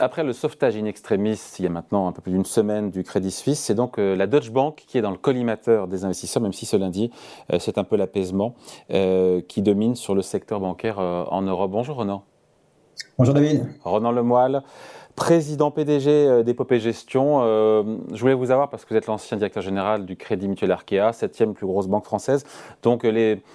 après le sauvetage in extremis, il y a maintenant un peu plus d'une semaine du Crédit Suisse, c'est donc la Deutsche Bank qui est dans le collimateur des investisseurs, même si ce lundi, c'est un peu l'apaisement qui domine sur le secteur bancaire en Europe. Bonjour Ronan. Bonjour David. Ronan Lemoyle, président PDG d'Épopée Gestion. Je voulais vous avoir parce que vous êtes l'ancien directeur général du Crédit Mutuel Arkea, 7e plus grosse banque française. Donc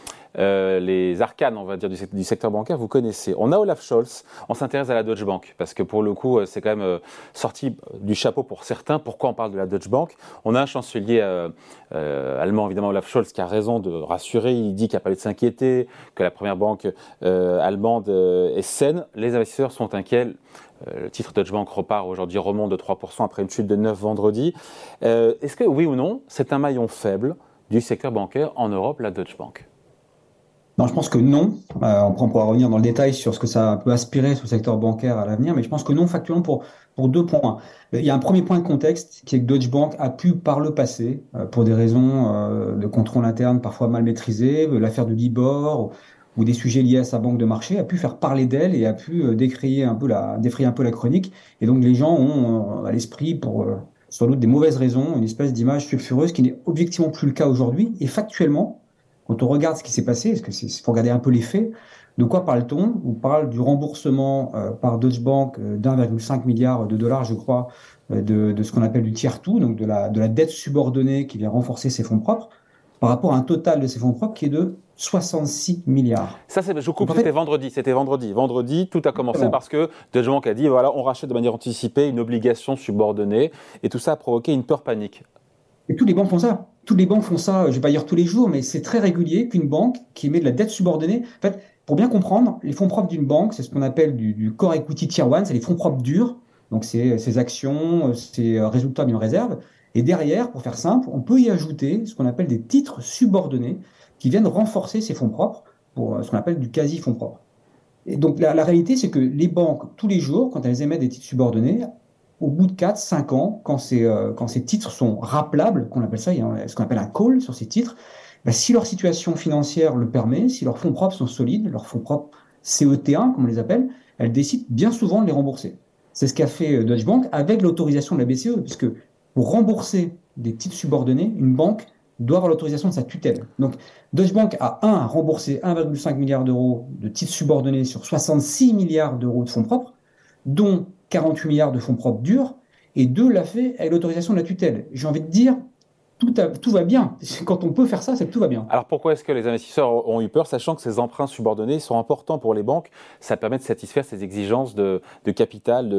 les arcanes, on va dire, du secteur bancaire, vous connaissez. On a Olaf Scholz, on s'intéresse à la Deutsche Bank, parce que pour le coup, c'est quand même sorti du chapeau pour certains. Pourquoi on parle de la Deutsche Bank ? On a un chancelier allemand, évidemment, Olaf Scholz, qui a raison de rassurer. Il dit qu'il n'y a pas lieu de s'inquiéter, que la première banque allemande est saine. Les investisseurs sont inquiets. Le titre Deutsche Bank repart aujourd'hui, remonte de 3% après une chute de 9 vendredi. Est-ce que, oui ou non, c'est un maillon faible du secteur bancaire en Europe, la Deutsche Bank ? Non, je pense que non. On pourra revenir dans le détail sur ce que ça peut aspirer sur le secteur bancaire à l'avenir, mais je pense que non, factuellement, pour deux points. Il y a un premier point de contexte qui est que Deutsche Bank a pu, par le passé, pour des raisons de contrôle interne parfois mal maîtrisées, l'affaire de Libor ou des sujets liés à sa banque de marché, a pu faire parler d'elle et a pu défrayer un peu la chronique. Et donc, les gens ont à l'esprit, pour sans doute des mauvaises raisons, une espèce d'image sulfureuse qui n'est objectivement plus le cas aujourd'hui. Et factuellement, quand on regarde ce qui s'est passé, parce qu'il faut regarder un peu les faits, de quoi parle-t-on ? On parle du remboursement par Deutsche Bank d'1,5 milliard de dollars, je crois, de ce qu'on appelle du tier 2, donc de la dette subordonnée qui vient renforcer ses fonds propres, par rapport à un total de ses fonds propres qui est de 66 milliards. Ça, je coupe, c'était vendredi. Vendredi, tout a commencé parce que Deutsche Bank a dit, voilà, on rachète de manière anticipée une obligation subordonnée, et tout ça a provoqué une peur panique. Et toutes les banques font ça. Toutes les banques font ça, je ne vais pas dire tous les jours, mais c'est très régulier qu'une banque qui émet de la dette subordonnée. En fait, pour bien comprendre, les fonds propres d'une banque, c'est ce qu'on appelle du core equity tier 1, c'est les fonds propres durs. Donc, c'est ses actions, ses résultats mis en réserve. Et derrière, pour faire simple, on peut y ajouter ce qu'on appelle des titres subordonnés qui viennent renforcer ces fonds propres pour ce qu'on appelle du quasi-fonds propre. Et donc, la réalité, c'est que les banques, tous les jours, quand elles émettent des titres subordonnés, au bout de 4-5 ans, quand ces titres sont rappelables, qu'on appelle ça, il y a ce qu'on appelle un call sur ces titres, si leur situation financière le permet, si leurs fonds propres sont solides, leurs fonds propres CET1, comme on les appelle, elles décident bien souvent de les rembourser. C'est ce qu'a fait Deutsche Bank avec l'autorisation de la BCE, puisque pour rembourser des titres subordonnés, une banque doit avoir l'autorisation de sa tutelle. Donc, Deutsche Bank a remboursé 1,5 milliard d'euros de titres subordonnés sur 66 milliards d'euros de fonds propres, dont 48 milliards de fonds propres durs, et 2 l'a fait avec l'autorisation de la tutelle. J'ai envie de dire, tout va bien. Quand on peut faire ça, c'est que tout va bien. Alors pourquoi est-ce que les investisseurs ont eu peur, sachant que ces emprunts subordonnés sont importants pour les banques ? Ça permet de satisfaire ces exigences de capital.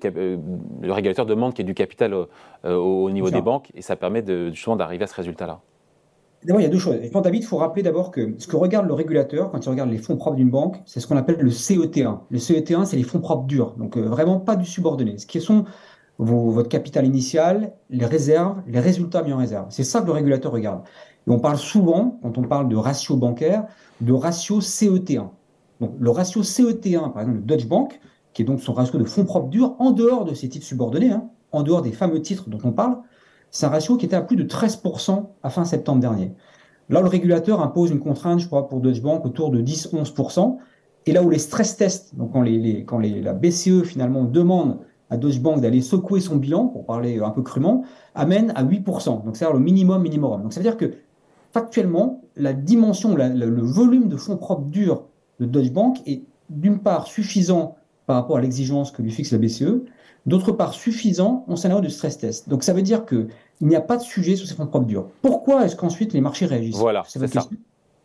Le régulateur demande qu'il y ait du capital au niveau des banques, et ça permet justement d'arriver à ce résultat-là. D'abord, il y a deux choses. Et David, il faut rappeler d'abord que ce que regarde le régulateur quand il regarde les fonds propres d'une banque, c'est ce qu'on appelle le CET1. Le CET1, c'est les fonds propres durs, donc vraiment pas du subordonné. Ce qui sont votre capital initial, les réserves, les résultats mis en réserve. C'est ça que le régulateur regarde. Et on parle souvent, quand on parle de ratio bancaire, de ratio CET1. Donc le ratio CET1, par exemple, de Deutsche Bank, qui est donc son ratio de fonds propres durs, en dehors de ces titres subordonnés, en dehors des fameux titres dont on parle, c'est un ratio qui était à plus de 13% à fin septembre dernier. Là, le régulateur impose une contrainte, je crois, pour Deutsche Bank autour de 10-11%. Et là où les stress tests, donc quand la BCE finalement demande à Deutsche Bank d'aller secouer son bilan, pour parler un peu crûment, amène à 8%. Donc c'est-à-dire le minimum. Donc ça veut dire que factuellement, la dimension, le volume de fonds propres durs de Deutsche Bank est d'une part suffisant par rapport à l'exigence que lui fixe la BCE, d'autre part suffisant en scénario de stress test. Donc ça veut dire qu'il n'y a pas de sujet sur ces fonds propres durs. Pourquoi est-ce qu'ensuite les marchés réagissent ? Voilà, c'est ça. Pourquoi ?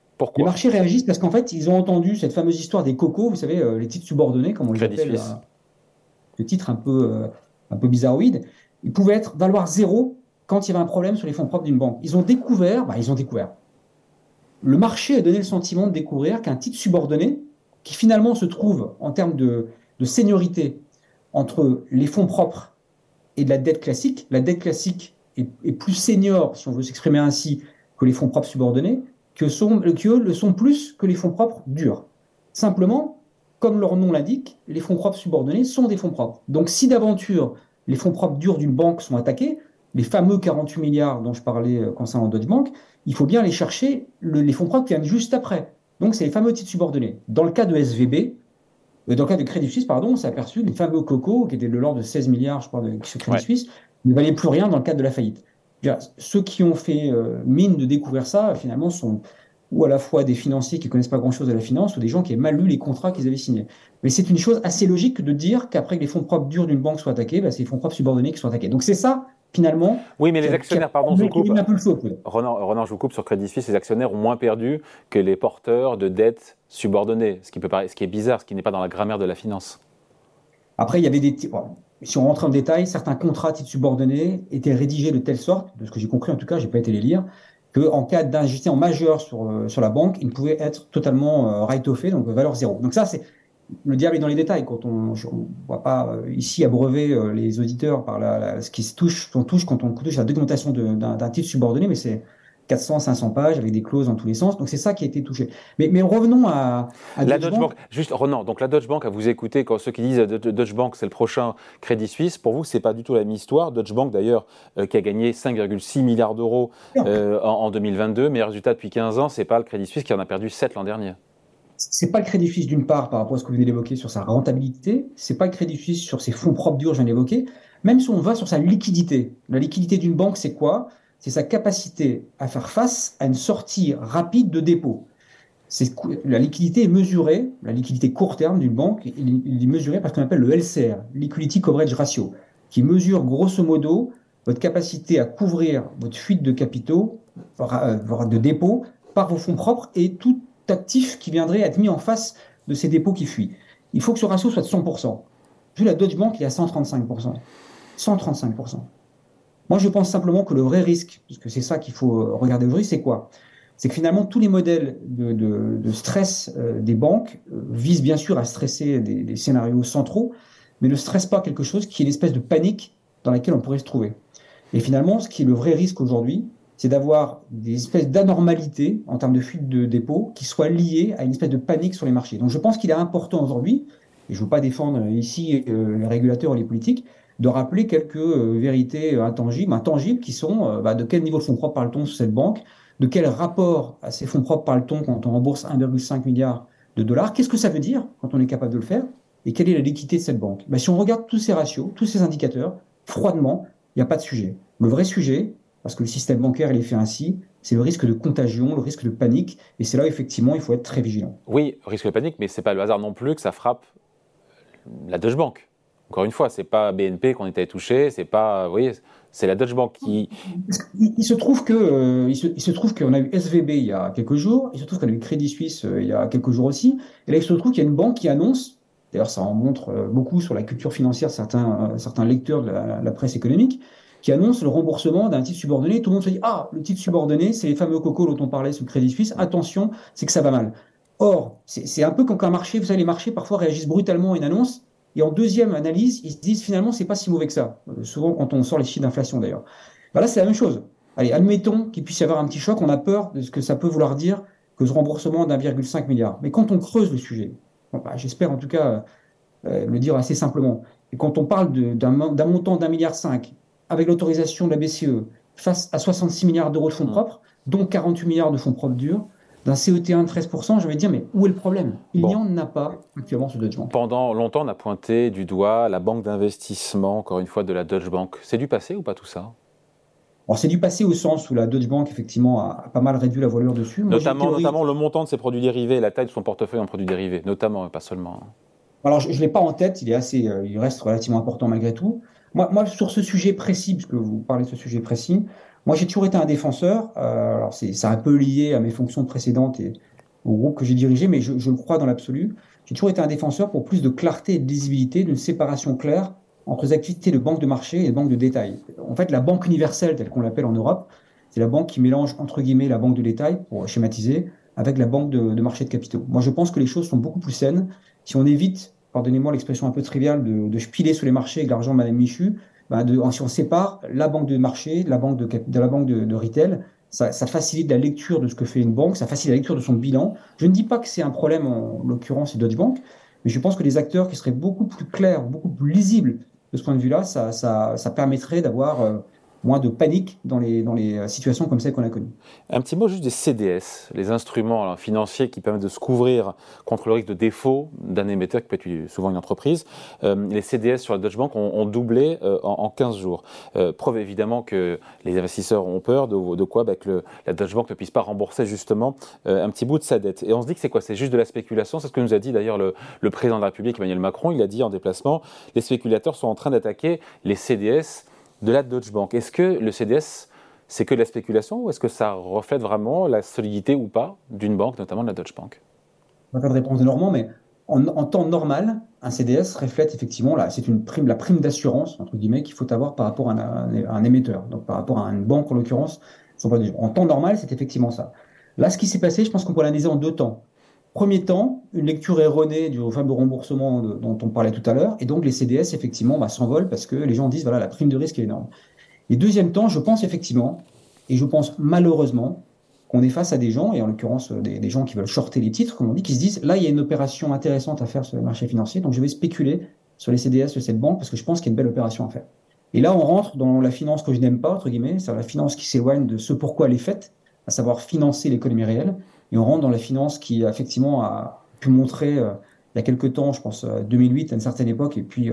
Les marchés réagissent parce qu'en fait, ils ont entendu cette fameuse histoire des cocos, vous savez, les titres subordonnés, comme on les appelle, ce titre un peu bizarroïde. Ils pouvaient valoir zéro quand il y avait un problème sur les fonds propres d'une banque. Ils ont découvert. Le marché a donné le sentiment de découvrir qu'un titre subordonné, qui finalement se trouve en termes de seniorité entre les fonds propres et de la dette classique est plus senior, si on veut s'exprimer ainsi, que les fonds propres subordonnés, que eux le sont plus que les fonds propres durs. Simplement, comme leur nom l'indique, les fonds propres subordonnés sont des fonds propres. Donc si d'aventure les fonds propres durs d'une banque sont attaqués, les fameux 48 milliards dont je parlais concernant Deutsche Bank, il faut bien aller chercher les fonds propres qui viennent juste après. Donc c'est les fameux titres subordonnés. Dans le cas de SVB, Dans le cas de Crédit Suisse, pardon, on s'est aperçu que les fameux cocos, qui étaient de l'ordre de 16 milliards, je crois, sur Crédit Ouais. Suisse, ne valaient plus rien dans le cadre de la faillite. Ceux qui ont fait mine de découvrir ça, finalement, sont ou à la fois des financiers qui ne connaissent pas grand-chose de la finance, ou des gens qui avaient mal lu les contrats qu'ils avaient signés. Mais c'est une chose assez logique de dire qu'après que les fonds propres durs d'une banque soient attaqués, bah, c'est les fonds propres subordonnés qui sont attaqués. Donc c'est ça, finalement, Oui, mais qui les a actionnaires, pardon, je vous coupe. un peu le feu. Ronan, je vous coupe sur Crédit Suisse, les actionnaires ont moins perdu que les porteurs de dettes subordonnées, ce qui est bizarre, ce qui n'est pas dans la grammaire de la finance. Après, il y avait bon, si on rentre en détail, certains contrats titres subordonnés étaient rédigés de telle sorte, de ce que j'ai compris en tout cas, j'ai pas été les lire, qu'en cas d'injustice majeure sur la banque, ils ne pouvaient être totalement write-offés, donc valeur zéro. Donc ça, c'est le diable est dans les détails. Quand on ne va pas ici abreuver les auditeurs par ce qui se touche, on touche quand on touche à la documentation d'un titre subordonné, mais c'est 400, 500 pages avec des clauses dans tous les sens. Donc c'est ça qui a été touché. Mais revenons à La Deutsche Deutsche Bank. Bank, juste Ronan, donc la Deutsche Bank, à vous écouter, quand ceux qui disent Deutsche Bank c'est le prochain Crédit Suisse, pour vous c'est pas du tout la même histoire. Deutsche Bank d'ailleurs qui a gagné 5,6 milliards d'euros en 2022, mais résultat depuis 15 ans, c'est pas le Crédit Suisse qui en a perdu 7 l'an dernier. C'est pas le Crédit Suisse d'une part par rapport à ce que vous venez d'évoquer sur sa rentabilité, c'est pas le Crédit Suisse sur ses fonds propres durs, j'en ai évoqué, même si on va sur sa liquidité. La liquidité d'une banque, c'est quoi? C'est sa capacité à faire face à une sortie rapide de dépôt. La liquidité est mesurée, la liquidité court terme d'une banque, il est mesuré par ce qu'on appelle le LCR, Liquidity Coverage Ratio, qui mesure grosso modo votre capacité à couvrir votre fuite de capitaux, voire de dépôts, par vos fonds propres et tout actif qui viendrait être mis en face de ces dépôts qui fuient. Il faut que ce ratio soit de 100%. Vu la Deutsche Bank, il est à 135%. 135%. Moi, je pense simplement que le vrai risque, parce que c'est ça qu'il faut regarder aujourd'hui, c'est quoi? C'est que finalement, tous les modèles de stress des banques visent bien sûr à stresser des scénarios centraux, mais ne stressent pas quelque chose qui est une espèce de panique dans laquelle on pourrait se trouver. Et finalement, ce qui est le vrai risque aujourd'hui, c'est d'avoir des espèces d'anomalités en termes de fuite de dépôts qui soient liées à une espèce de panique sur les marchés. Donc je pense qu'il est important aujourd'hui, et je ne veux pas défendre ici les régulateurs ou les politiques, de rappeler quelques vérités intangibles qui sont de quel niveau de fonds propres parle-t-on sur cette banque, de quel rapport à ces fonds propres parle-t-on quand on rembourse 1,5 milliard de dollars, qu'est-ce que ça veut dire quand on est capable de le faire, et quelle est la liquidité de cette banque. Si on regarde tous ces ratios, tous ces indicateurs, froidement, il n'y a pas de sujet. Le vrai sujet, parce que le système bancaire il est fait ainsi, c'est le risque de contagion, le risque de panique, et c'est là où effectivement il faut être très vigilant. Oui, risque de panique, mais c'est pas le hasard non plus que ça frappe la Deutsche Bank. Encore une fois, c'est pas BNP qu'on était touché, c'est pas, vous voyez, c'est la Deutsche Bank qui. Il se trouve qu'on a eu SVB il y a quelques jours, il se trouve qu'on a eu Crédit Suisse il y a quelques jours aussi, et là il se trouve qu'il y a une banque qui annonce, d'ailleurs ça en montre beaucoup sur la culture financière de certains lecteurs de la presse économique, qui annonce le remboursement d'un titre subordonné. Tout le monde se dit, ah, le titre subordonné, c'est les fameux cocos dont on parlait sous le Crédit Suisse, attention, c'est que ça va mal. Or, c'est un peu comme un marché, vous savez, les marchés parfois réagissent brutalement à une annonce, et en deuxième analyse, ils se disent finalement, c'est pas si mauvais que ça. Souvent, quand on sort les chiffres d'inflation d'ailleurs. Là, c'est la même chose. Allez, admettons qu'il puisse y avoir un petit choc, on a peur de ce que ça peut vouloir dire que ce remboursement d'1,5 milliard. Mais quand on creuse le sujet, j'espère en tout cas le dire assez simplement, et quand on parle d'un montant d'1,5 milliard, avec l'autorisation de la BCE, face à 66 milliards d'euros de fonds propres, dont 48 milliards de fonds propres durs, d'un CET1 de 13%, je vais dire, mais où est le problème? Il n'y en a pas actuellement sur Deutsche Bank. Pendant longtemps, on a pointé du doigt la banque d'investissement, encore une fois, de la Deutsche Bank. C'est du passé ou pas tout ça? Alors, c'est du passé au sens où la Deutsche Bank, effectivement, a pas mal réduit la voilure dessus. Moi, notamment le montant de ses produits dérivés, la taille de son portefeuille en produits dérivés, notamment, pas seulement. Alors, je ne l'ai pas en tête, il reste relativement important malgré tout. Moi, sur ce sujet précis, puisque vous parlez de ce sujet précis, moi, j'ai toujours été un défenseur. Alors, c'est un peu lié à mes fonctions précédentes et au groupe que j'ai dirigé, mais je le crois dans l'absolu. J'ai toujours été un défenseur pour plus de clarté et de lisibilité, d'une séparation claire entre les activités de banque de marché et de banque de détail. En fait, la banque universelle, telle qu'on l'appelle en Europe, c'est la banque qui mélange, entre guillemets, la banque de détail, pour schématiser, avec la banque de marché de capitaux. Moi, je pense que les choses sont beaucoup plus saines si on évite, pardonnez-moi l'expression un peu triviale, de piler sous les marchés avec l'argent de Madame Michu, si on sépare la banque de marché de la banque de retail, ça facilite la lecture de ce que fait une banque, ça facilite la lecture de son bilan. Je ne dis pas que c'est un problème, en l'occurrence, c'est Deutsche Bank, mais je pense que les acteurs qui seraient beaucoup plus clairs, beaucoup plus lisibles de ce point de vue-là, ça permettrait d'avoir moins de panique dans les situations comme celles qu'on a connues. Un petit mot juste des CDS, les instruments financiers qui permettent de se couvrir contre le risque de défaut d'un émetteur qui peut être souvent une entreprise. Les CDS sur la Deutsche Bank ont doublé en 15 jours. Preuve évidemment que les investisseurs ont peur de quoi que la Deutsche Bank ne puisse pas rembourser justement un petit bout de sa dette. Et on se dit que c'est quoi? C'est juste de la spéculation. C'est ce que nous a dit d'ailleurs le président de la République, Emmanuel Macron. Il a dit en déplacement, les spéculateurs sont en train d'attaquer les CDS de la Deutsche Bank. Est-ce que le CDS, c'est que de la spéculation ou est-ce que ça reflète vraiment la solidité ou pas d'une banque, notamment de la Deutsche Bank? Pas de réponse de Normand, mais en temps normal, un CDS reflète effectivement, là, c'est une prime, la prime d'assurance, entre guillemets, qu'il faut avoir par rapport à un émetteur, donc par rapport à une banque en l'occurrence. En temps normal, c'est effectivement ça. Là, ce qui s'est passé, je pense qu'on peut l'analyser en deux temps. Premier temps, une lecture erronée du fameux remboursement dont on parlait tout à l'heure, et donc les CDS, effectivement, s'envolent parce que les gens disent, voilà, la prime de risque est énorme. Et deuxième temps, je pense effectivement, et je pense malheureusement, qu'on est face à des gens, et en l'occurrence des gens qui veulent shorter les titres, comme on dit, qui se disent, là, il y a une opération intéressante à faire sur le marché financier, donc je vais spéculer sur les CDS de cette banque parce que je pense qu'il y a une belle opération à faire. Et là, on rentre dans la finance que je n'aime pas, entre guillemets, c'est la finance qui s'éloigne de ce pourquoi elle est faite, à savoir financer l'économie réelle, et on rentre dans la finance qui, effectivement, a pu montrer, il y a quelques temps, je pense, 2008, à une certaine époque, et puis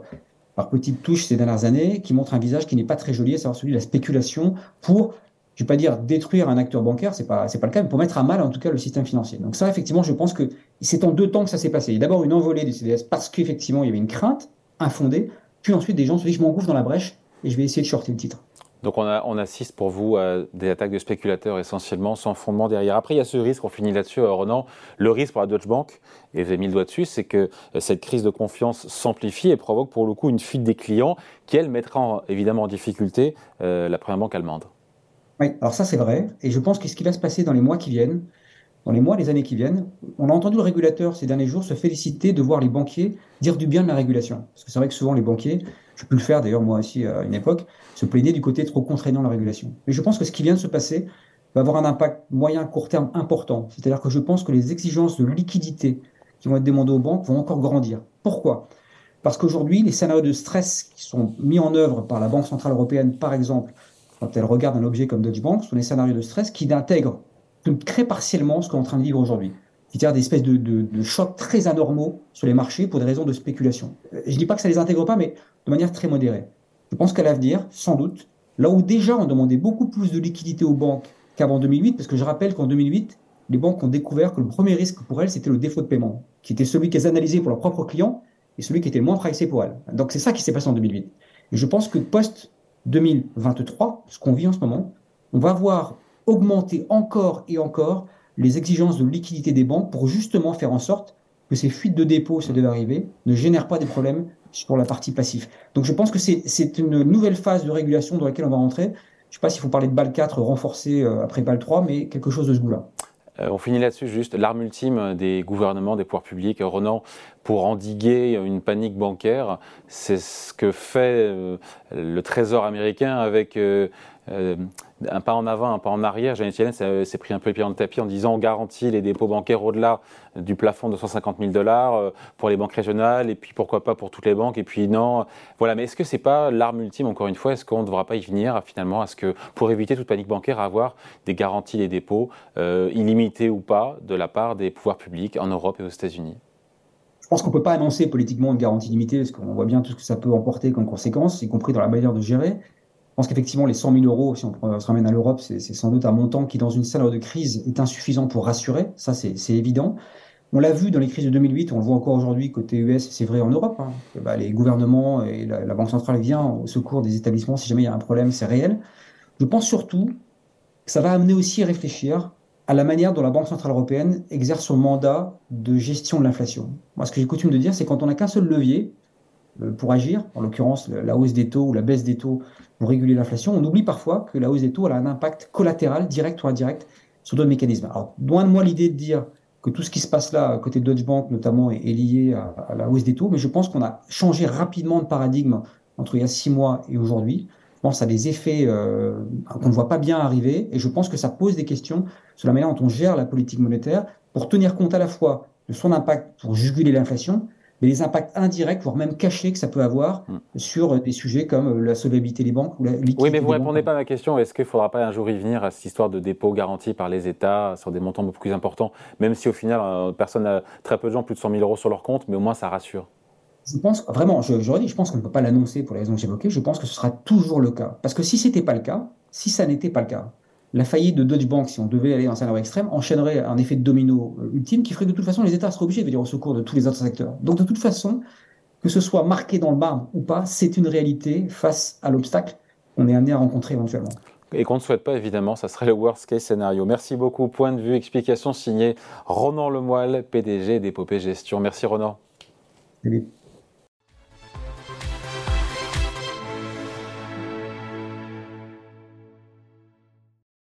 par petites touches ces dernières années, qui montre un visage qui n'est pas très joli, à savoir celui de la spéculation pour, je ne vais pas dire détruire un acteur bancaire, c'est pas le cas, mais pour mettre à mal en tout cas le système financier. Donc ça, effectivement, je pense que c'est en deux temps que ça s'est passé. Il y a d'abord une envolée des CDS parce qu'effectivement, il y avait une crainte infondée, puis ensuite des gens se disent, je m'engouffre dans la brèche et je vais essayer de shorter le titre. Donc on assiste pour vous à des attaques de spéculateurs essentiellement sans fondement derrière. Après, il y a ce risque, on finit là-dessus, Ronan, le risque pour la Deutsche Bank, et vous avez mis le doigt dessus, c'est que cette crise de confiance s'amplifie et provoque pour le coup une fuite des clients qui, elle, mettra évidemment en difficulté la première banque allemande. Oui, alors ça c'est vrai, et je pense que ce qui va se passer dans les mois qui viennent, dans les mois, les années qui viennent, on a entendu le régulateur ces derniers jours se féliciter de voir les banquiers dire du bien de la régulation. Parce que c'est vrai que souvent les banquiers, je peux le faire d'ailleurs moi aussi à une époque, se plaignaient du côté trop contraignant de la régulation. Mais je pense que ce qui vient de se passer va avoir un impact moyen, court terme important. C'est-à-dire que je pense que les exigences de liquidité qui vont être demandées aux banques vont encore grandir. Pourquoi? Parce qu'aujourd'hui, les scénarios de stress qui sont mis en œuvre par la Banque Centrale Européenne, par exemple, quand elle regarde un objet comme Deutsche Bank, sont des scénarios de stress qui intègrent très partiellement ce qu'on est en train de vivre aujourd'hui. C'est-à-dire des espèces de chocs très anormaux sur les marchés pour des raisons de spéculation. Je ne dis pas que ça ne les intègre pas, mais de manière très modérée. Je pense qu'à l'avenir, sans doute, là où déjà on demandait beaucoup plus de liquidité aux banques qu'avant 2008, parce que je rappelle qu'en 2008, les banques ont découvert que le premier risque pour elles, c'était le défaut de paiement, qui était celui qu'elles analysaient pour leurs propres clients et celui qui était le moins pricé pour elles. Donc c'est ça qui s'est passé en 2008. Et je pense que post-2023, ce qu'on vit en ce moment, on va voir augmenter encore et encore les exigences de liquidité des banques pour justement faire en sorte que ces fuites de dépôt, ça devait arriver, ne génèrent pas des problèmes sur la partie passif. Donc je pense que c'est une nouvelle phase de régulation dans laquelle on va rentrer. Je ne sais pas s'il faut parler de BAL 4 renforcé après BAL 3, mais quelque chose de ce goût-là. On finit là-dessus juste, l'arme ultime des gouvernements, des pouvoirs publics, Ronan, pour endiguer une panique bancaire, c'est ce que fait le Trésor américain avec un pas en avant, un pas en arrière. Janet Yellen s'est pris un peu les pieds dans le tapis en disant on garantit les dépôts bancaires au-delà du plafond de 150 000 $ pour les banques régionales et puis pourquoi pas pour toutes les banques et puis non. Voilà, mais est-ce que c'est pas l'arme ultime encore une fois? Est-ce qu'on ne devra pas y venir finalement à ce que pour éviter toute panique bancaire, à avoir des garanties des dépôts illimitées ou pas de la part des pouvoirs publics en Europe et aux États-Unis? Je pense qu'on ne peut pas annoncer politiquement une garantie limitée parce qu'on voit bien tout ce que ça peut emporter comme conséquence, y compris dans la manière de gérer. Je pense qu'effectivement, les 100 000 euros, si on se ramène à l'Europe, c'est sans doute un montant qui, dans une scénario de crise, est insuffisant pour rassurer. Ça, c'est évident. On l'a vu dans les crises de 2008, on le voit encore aujourd'hui côté US, et c'est vrai en Europe. Les gouvernements et la Banque centrale viennent au secours des établissements si jamais il y a un problème, c'est réel. Je pense surtout que ça va amener aussi à réfléchir à la manière dont la Banque centrale européenne exerce son mandat de gestion de l'inflation. Moi, ce que j'ai coutume de dire, c'est quand on n'a qu'un seul levier, pour agir, en l'occurrence la hausse des taux ou la baisse des taux pour réguler l'inflation, on oublie parfois que la hausse des taux a un impact collatéral, direct ou indirect, sur d'autres mécanismes. Alors, loin de moi l'idée de dire que tout ce qui se passe là, à côté de Deutsche Bank notamment, est lié à la hausse des taux, mais je pense qu'on a changé rapidement de paradigme entre il y a 6 mois et aujourd'hui. Je pense à des effets qu'on ne voit pas bien arriver, et je pense que ça pose des questions sur la manière dont on gère la politique monétaire pour tenir compte à la fois de son impact pour juguler l'inflation, mais les impacts indirects, voire même cachés que ça peut avoir Mm. sur des sujets comme la solvabilité des banques ou la Oui, mais liquidité vous ne des banques. répondez pas à ma question. Est-ce qu'il ne faudra pas un jour y venir à cette histoire de dépôt garanti par les États sur des montants beaucoup plus importants, même si au final, très peu de gens, plus de 100 000 euros sur leur compte, mais au moins ça rassure. Je pense, vraiment, je redis, je pense qu'on ne peut pas l'annoncer pour les raisons que j'évoquais. Je pense que ce sera toujours le cas. Parce que si c'était pas le cas, si ça n'était pas le cas, la faillite de Deutsche Bank, si on devait aller dans un scénario extrême, enchaînerait un effet de domino ultime qui ferait que de toute façon, les États seraient obligés de venir au secours de tous les autres secteurs. Donc, de toute façon, que ce soit marqué dans le marbre ou pas, c'est une réalité face à l'obstacle qu'on est amené à rencontrer éventuellement. Et qu'on ne souhaite pas, évidemment, ça serait le worst case scénario. Merci beaucoup. Point de vue, explication signée Ronan Lemoyle, PDG d'Épopée Gestion. Merci Ronan.